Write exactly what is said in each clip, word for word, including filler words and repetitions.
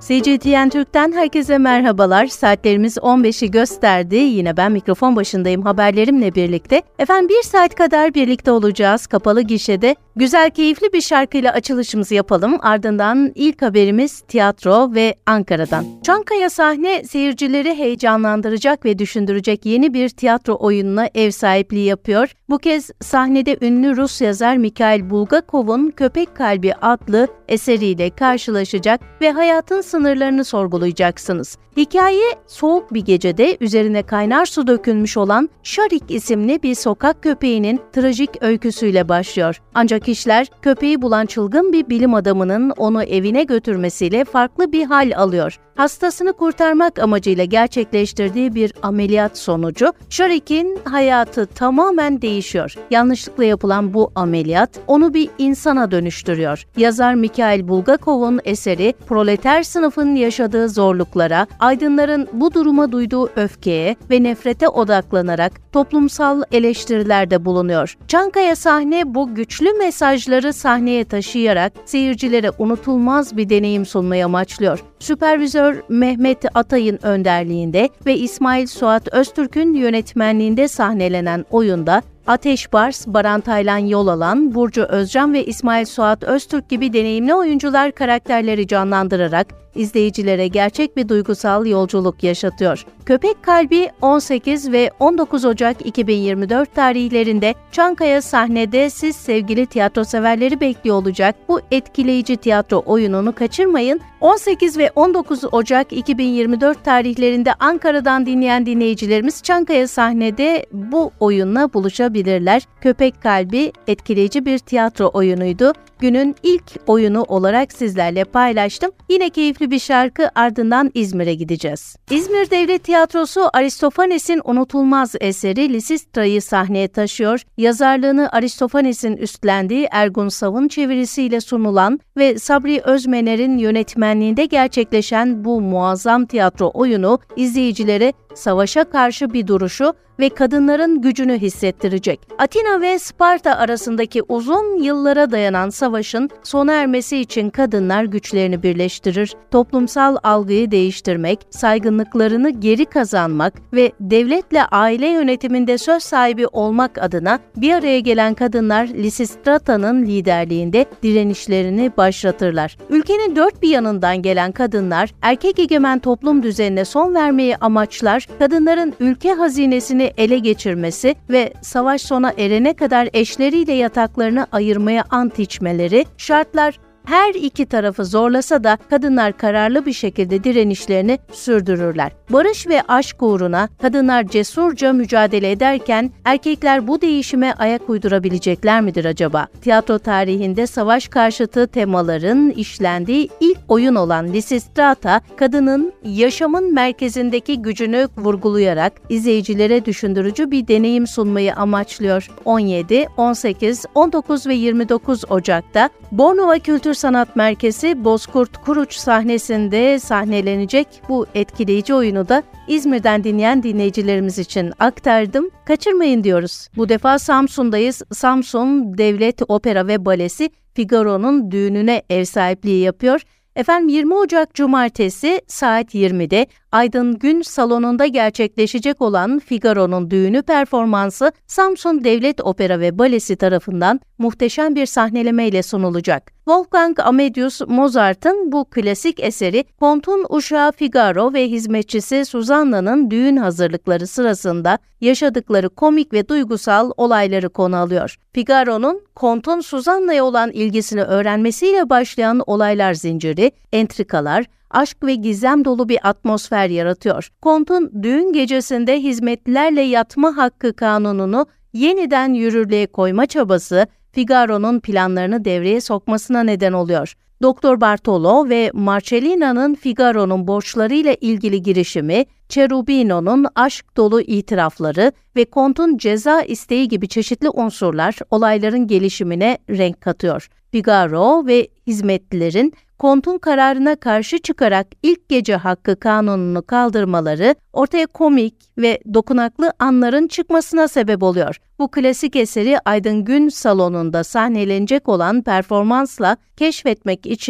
C G T N Türk'ten herkese merhabalar. Saatlerimiz on beşi gösterdi. Yine ben mikrofon başındayım haberlerimle birlikte. Efendim bir saat kadar birlikte olacağız kapalı gişede. Güzel, keyifli bir şarkıyla açılışımızı yapalım. Ardından ilk haberimiz tiyatro ve Ankara'dan. Çankaya sahne seyircileri heyecanlandıracak ve düşündürecek yeni bir tiyatro oyununa ev sahipliği yapıyor. Bu kez sahnede ünlü Rus yazar Mikhail Bulgakov'un Köpek Kalbi adlı eseriyle karşılaşacak ve hayatın sınırlarını sorgulayacaksınız. Hikaye soğuk bir gecede üzerine kaynar su dökülmüş olan Şarik isimli bir sokak köpeğinin trajik öyküsüyle başlıyor. Ancak işler köpeği bulan çılgın bir bilim adamının onu evine götürmesiyle farklı bir hal alıyor. Hastasını kurtarmak amacıyla gerçekleştirdiği bir ameliyat sonucu Şarik'in hayatı tamamen değişiyor. Yanlışlıkla yapılan bu ameliyat onu bir insana dönüştürüyor. Yazar Mikhail Bulgakov'un eseri proleter sınıfın yaşadığı zorluklara, aydınların bu duruma duyduğu öfkeye ve nefrete odaklanarak toplumsal eleştirilerde bulunuyor. Çankaya sahne bu güçlü mesajları sahneye taşıyarak seyircilere unutulmaz bir deneyim sunmayı amaçlıyor. Süpervizör Mehmet Atay'ın önderliğinde ve İsmail Suat Öztürk'ün yönetmenliğinde sahnelenen oyunda Ateş Bars, Baran Taylan Yolalan, Burcu Özcan ve İsmail Suat Öztürk gibi deneyimli oyuncular karakterleri canlandırarak izleyicilere gerçek bir duygusal yolculuk yaşatıyor. Köpek Kalbi on sekiz ve on dokuz Ocak iki bin yirmi dört tarihlerinde Çankaya sahnede siz sevgili tiyatro severleri bekliyor olacak. Bu etkileyici tiyatro oyununu kaçırmayın. on sekiz ve on dokuz Ocak iki bin yirmi dört tarihlerinde Ankara'dan dinleyen dinleyicilerimiz Çankaya sahnede bu oyunla buluşabilirler. Köpek Kalbi etkileyici bir tiyatro oyunuydu. Günün ilk oyunu olarak sizlerle paylaştım. Yine keyifli bir şarkı, ardından İzmir'e gideceğiz. İzmir Devlet Tiyatrosu Aristofanes'in unutulmaz eseri Lisistra'yı sahneye taşıyor. Yazarlığını Aristofanes'in üstlendiği Ergun Sav'ın çevirisiyle sunulan ve Sabri Özmener'in yönetmenliğinde gerçekleşen bu muazzam tiyatro oyunu izleyicilere savaşa karşı bir duruşu ve kadınların gücünü hissettirecek. Atina ve Sparta arasındaki uzun yıllara dayanan savaşın sona ermesi için kadınlar güçlerini birleştirir, toplumsal algıyı değiştirmek, saygınlıklarını geri kazanmak ve devletle aile yönetiminde söz sahibi olmak adına bir araya gelen kadınlar Lisistrata'nın liderliğinde direnişlerini başlatırlar. Ülkenin dört bir yanından gelen kadınlar erkek egemen toplum düzenine son vermeyi amaçlar, kadınların ülke hazinesini ele geçirmesi ve savaş sona erene kadar eşleriyle yataklarını ayırmaya ant içmeleri, şartlar her iki tarafı zorlasa da kadınlar kararlı bir şekilde direnişlerini sürdürürler. Barış ve aşk uğruna kadınlar cesurca mücadele ederken erkekler bu değişime ayak uydurabilecekler midir acaba? Tiyatro tarihinde savaş karşıtı temaların işlendiği ilk oyun olan Lisistrata, kadının yaşamın merkezindeki gücünü vurgulayarak izleyicilere düşündürücü bir deneyim sunmayı amaçlıyor. on yedi, on sekiz, on dokuz ve yirmi dokuz Ocak'ta Bornova Kültür Sanat Merkezi Bozkurt Kuruç sahnesinde sahnelenecek bu etkileyici oyunu da İzmir'den dinleyen dinleyicilerimiz için aktardım. Kaçırmayın diyoruz. Bu defa Samsun'dayız. Samsun Devlet Opera ve Balesi Figaro'nun düğününe ev sahipliği yapıyor. Efendim yirmi Ocak Cumartesi saat yirmide Aydın Gün Salonu'nda gerçekleşecek olan Figaro'nun düğünü performansı Samsun Devlet Opera ve Balesi tarafından muhteşem bir sahnelemeyle sunulacak. Wolfgang Amadeus Mozart'ın bu klasik eseri Kont'un uşağı Figaro ve hizmetçisi Susanna'nın düğün hazırlıkları sırasında yaşadıkları komik ve duygusal olayları konu alıyor. Figaro'nun Kont'un Susanna'ya olan ilgisini öğrenmesiyle başlayan olaylar zinciri, entrikalar, aşk ve gizem dolu bir atmosfer yaratıyor. Kont'un düğün gecesinde hizmetlilerle yatma hakkı kanununu yeniden yürürlüğe koyma çabası Figaro'nun planlarını devreye sokmasına neden oluyor. Doktor Bartolo ve Marcellina'nın Figaro'nun borçlarıyla ilgili girişimi, Cherubino'nun aşk dolu itirafları ve Kont'un ceza isteği gibi çeşitli unsurlar olayların gelişimine renk katıyor. Figaro ve hizmetlilerin Kont'un kararına karşı çıkarak ilk gece hakkı kanununu kaldırmaları ortaya komik ve dokunaklı anların çıkmasına sebep oluyor. Bu klasik eseri Aydın Gün Salonu'nda sahnelenecek olan performansla keşfetmek için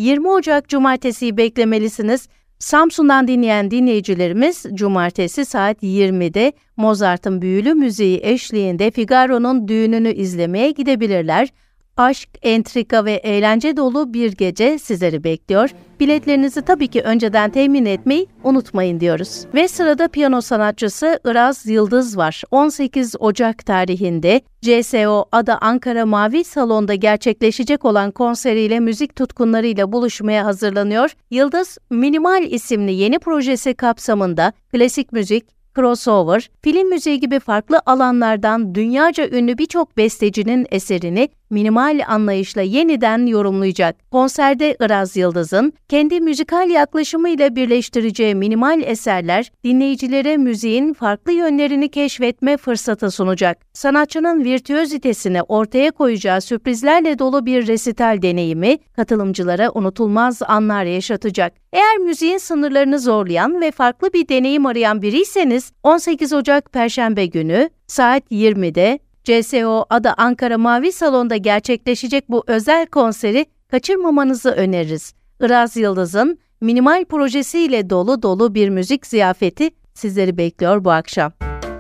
yirmi Ocak Cumartesi'yi beklemelisiniz. Samsun'dan dinleyen dinleyicilerimiz Cumartesi saat yirmide Mozart'ın büyülü müziği eşliğinde Figaro'nun düğününü izlemeye gidebilirler. Aşk, entrika ve eğlence dolu bir gece sizleri bekliyor. Biletlerinizi tabii ki önceden temin etmeyi unutmayın diyoruz. Ve sırada piyano sanatçısı Iraz Yıldız var. on sekiz Ocak tarihinde C S O Ada Ankara Mavi Salon'da gerçekleşecek olan konseriyle müzik tutkunlarıyla buluşmaya hazırlanıyor. Yıldız, Minimal isimli yeni projesi kapsamında klasik müzik, crossover, film müziği gibi farklı alanlardan dünyaca ünlü birçok bestecinin eserini minimal anlayışla yeniden yorumlayacak. Konserde Iraz Yıldız'ın kendi müzikal yaklaşımıyla birleştireceği minimal eserler dinleyicilere müziğin farklı yönlerini keşfetme fırsatı sunacak. Sanatçının virtüözitesini ortaya koyacağı sürprizlerle dolu bir resital deneyimi katılımcılara unutulmaz anlar yaşatacak. Eğer müziğin sınırlarını zorlayan ve farklı bir deneyim arayan biriyseniz on sekiz Ocak Perşembe günü saat yirmide C S O Ada Ankara Mavi Salon'da gerçekleşecek bu özel konseri kaçırmamanızı öneririz. Iraz Yıldız'ın minimal projesiyle dolu dolu bir müzik ziyafeti sizleri bekliyor bu akşam.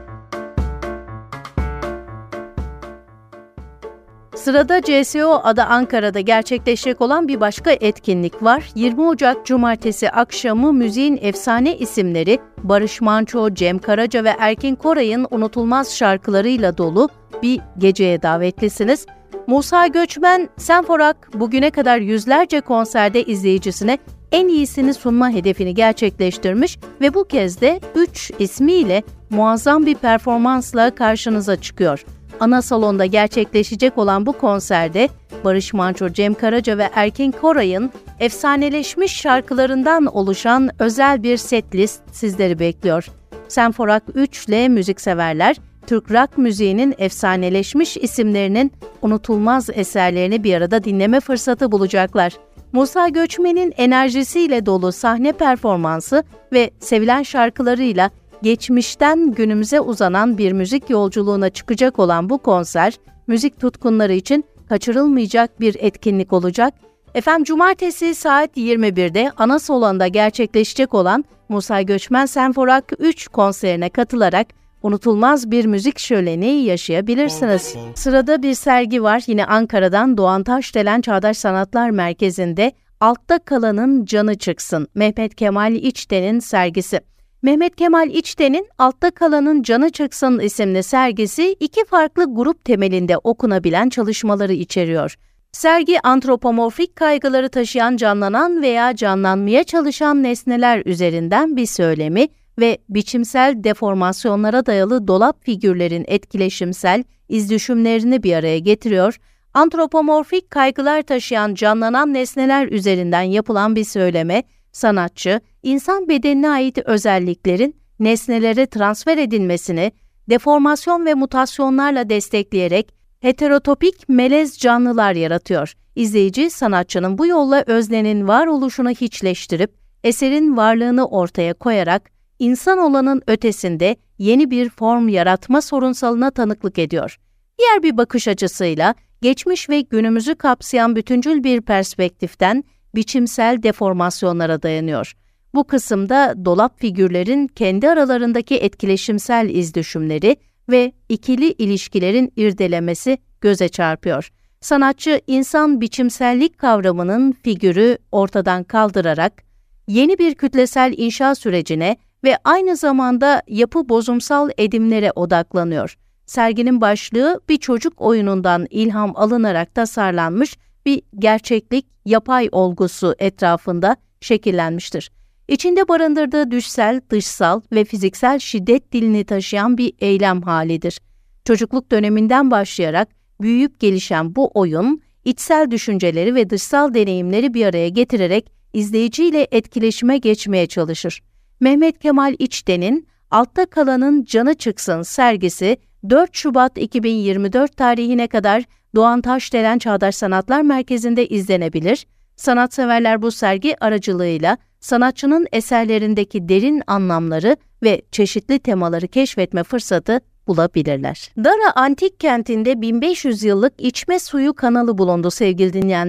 Sırada C S O Ada Ankara'da gerçekleşecek olan bir başka etkinlik var. yirmi Ocak Cumartesi akşamı müziğin efsane isimleri Barış Manço, Cem Karaca ve Erkin Koray'ın unutulmaz şarkılarıyla dolu bir geceye davetlisiniz. Musa Göçmen, Senforak bugüne kadar yüzlerce konserde izleyicisine en iyisini sunma hedefini gerçekleştirmiş ve bu kez de üç ismiyle muazzam bir performansla karşınıza çıkıyor. Ana salonda gerçekleşecek olan bu konserde Barış Manço, Cem Karaca ve Erkin Koray'ın efsaneleşmiş şarkılarından oluşan özel bir setlist sizleri bekliyor. Senforak üç ile müzikseverler, Türk rock müziğinin efsaneleşmiş isimlerinin unutulmaz eserlerini bir arada dinleme fırsatı bulacaklar. Musa Göçmen'in enerjisiyle dolu sahne performansı ve sevilen şarkılarıyla geçmişten günümüze uzanan bir müzik yolculuğuna çıkacak olan bu konser, müzik tutkunları için kaçırılmayacak bir etkinlik olacak. Efendim Cumartesi saat yirmi birde ana salonda gerçekleşecek olan Musa Göçmen Senforak üç konserine katılarak unutulmaz bir müzik şöleni yaşayabilirsiniz. Sırada bir sergi var. Yine Ankara'dan Doğan Taşdelen Çağdaş Sanatlar Merkezi'nde Altta Kalanın Canı Çıksın, Mehmet Kemal İçten'in sergisi. Mehmet Kemal İçten'in Altta Kalanın Canı Çıksın isimli sergisi iki farklı grup temelinde okunabilen çalışmaları içeriyor. Sergi, antropomorfik kaygıları taşıyan canlanan veya canlanmaya çalışan nesneler üzerinden bir söylemi ve biçimsel deformasyonlara dayalı dolap figürlerin etkileşimsel izdüşümlerini bir araya getiriyor. Antropomorfik kaygılar taşıyan canlanan nesneler üzerinden yapılan bir söyleme, sanatçı, insan bedenine ait özelliklerin nesnelere transfer edilmesini deformasyon ve mutasyonlarla destekleyerek heterotopik melez canlılar yaratıyor. İzleyici, sanatçının bu yolla öznenin varoluşunu hiçleştirip eserin varlığını ortaya koyarak insan olanın ötesinde yeni bir form yaratma sorunsalına tanıklık ediyor. Diğer bir bakış açısıyla geçmiş ve günümüzü kapsayan bütüncül bir perspektiften biçimsel deformasyonlara dayanıyor. Bu kısımda dolap figürlerin kendi aralarındaki etkileşimsel izdüşümleri ve ikili ilişkilerin irdelemesi göze çarpıyor. Sanatçı, insan biçimsellik kavramının figürü ortadan kaldırarak yeni bir kütlesel inşa sürecine ve aynı zamanda yapı bozumsal edimlere odaklanıyor. Serginin başlığı bir çocuk oyunundan ilham alınarak tasarlanmış bir gerçeklik yapay olgusu etrafında şekillenmiştir. İçinde barındırdığı düşsel, dışsal ve fiziksel şiddet dilini taşıyan bir eylem halidir. Çocukluk döneminden başlayarak büyüyüp gelişen bu oyun, içsel düşünceleri ve dışsal deneyimleri bir araya getirerek izleyiciyle etkileşime geçmeye çalışır. Mehmet Kemal İçten'in Altta Kalanın Canı Çıksın sergisi dört Şubat iki bin yirmi dört tarihine kadar Doğan Taşdelen Çağdaş Sanatlar Merkezi'nde izlenebilir. Sanatseverler bu sergi aracılığıyla sanatçının eserlerindeki derin anlamları ve çeşitli temaları keşfetme fırsatı bulabilirler. Dara Antik Kenti'nde bin beş yüz yıllık içme suyu kanalı bulundu sevgili dinleyenler.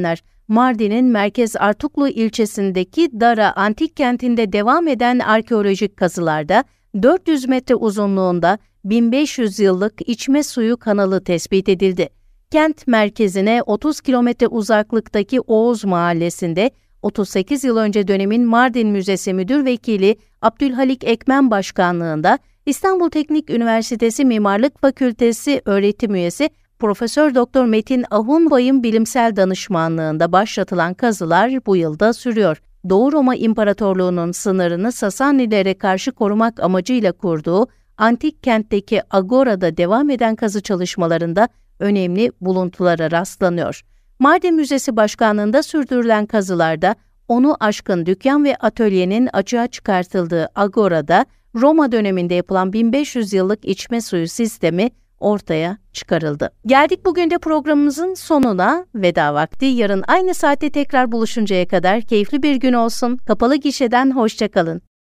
Mardin'in Merkez Artuklu ilçesindeki Dara Antik Kenti'nde devam eden arkeolojik kazılarda dört yüz metre uzunluğunda bin beş yüz yıllık içme suyu kanalı tespit edildi. Kent merkezine otuz kilometre uzaklıktaki Oğuz Mahallesi'nde otuz sekiz yıl önce dönemin Mardin Müzesi Müdür Vekili Abdülhalik Ekmen başkanlığında İstanbul Teknik Üniversitesi Mimarlık Fakültesi öğretim üyesi Profesör Doktor Metin Ahunbay'ın bilimsel danışmanlığında başlatılan kazılar bu yılda sürüyor. Doğu Roma İmparatorluğu'nun sınırını Sasanilere karşı korumak amacıyla kurduğu antik kentteki Agora'da devam eden kazı çalışmalarında önemli buluntulara rastlanıyor. Mardin Müzesi Başkanlığı'nda sürdürülen kazılarda onu aşkın dükkan ve atölyenin açığa çıkartıldığı Agora'da Roma döneminde yapılan bin beş yüz yıllık içme suyu sistemi ortaya çıkarıldı. Geldik bugün de programımızın sonuna, veda vakti. Yarın aynı saatte tekrar buluşuncaya kadar keyifli bir gün olsun. Kapalı Gişe'den hoşça kalın.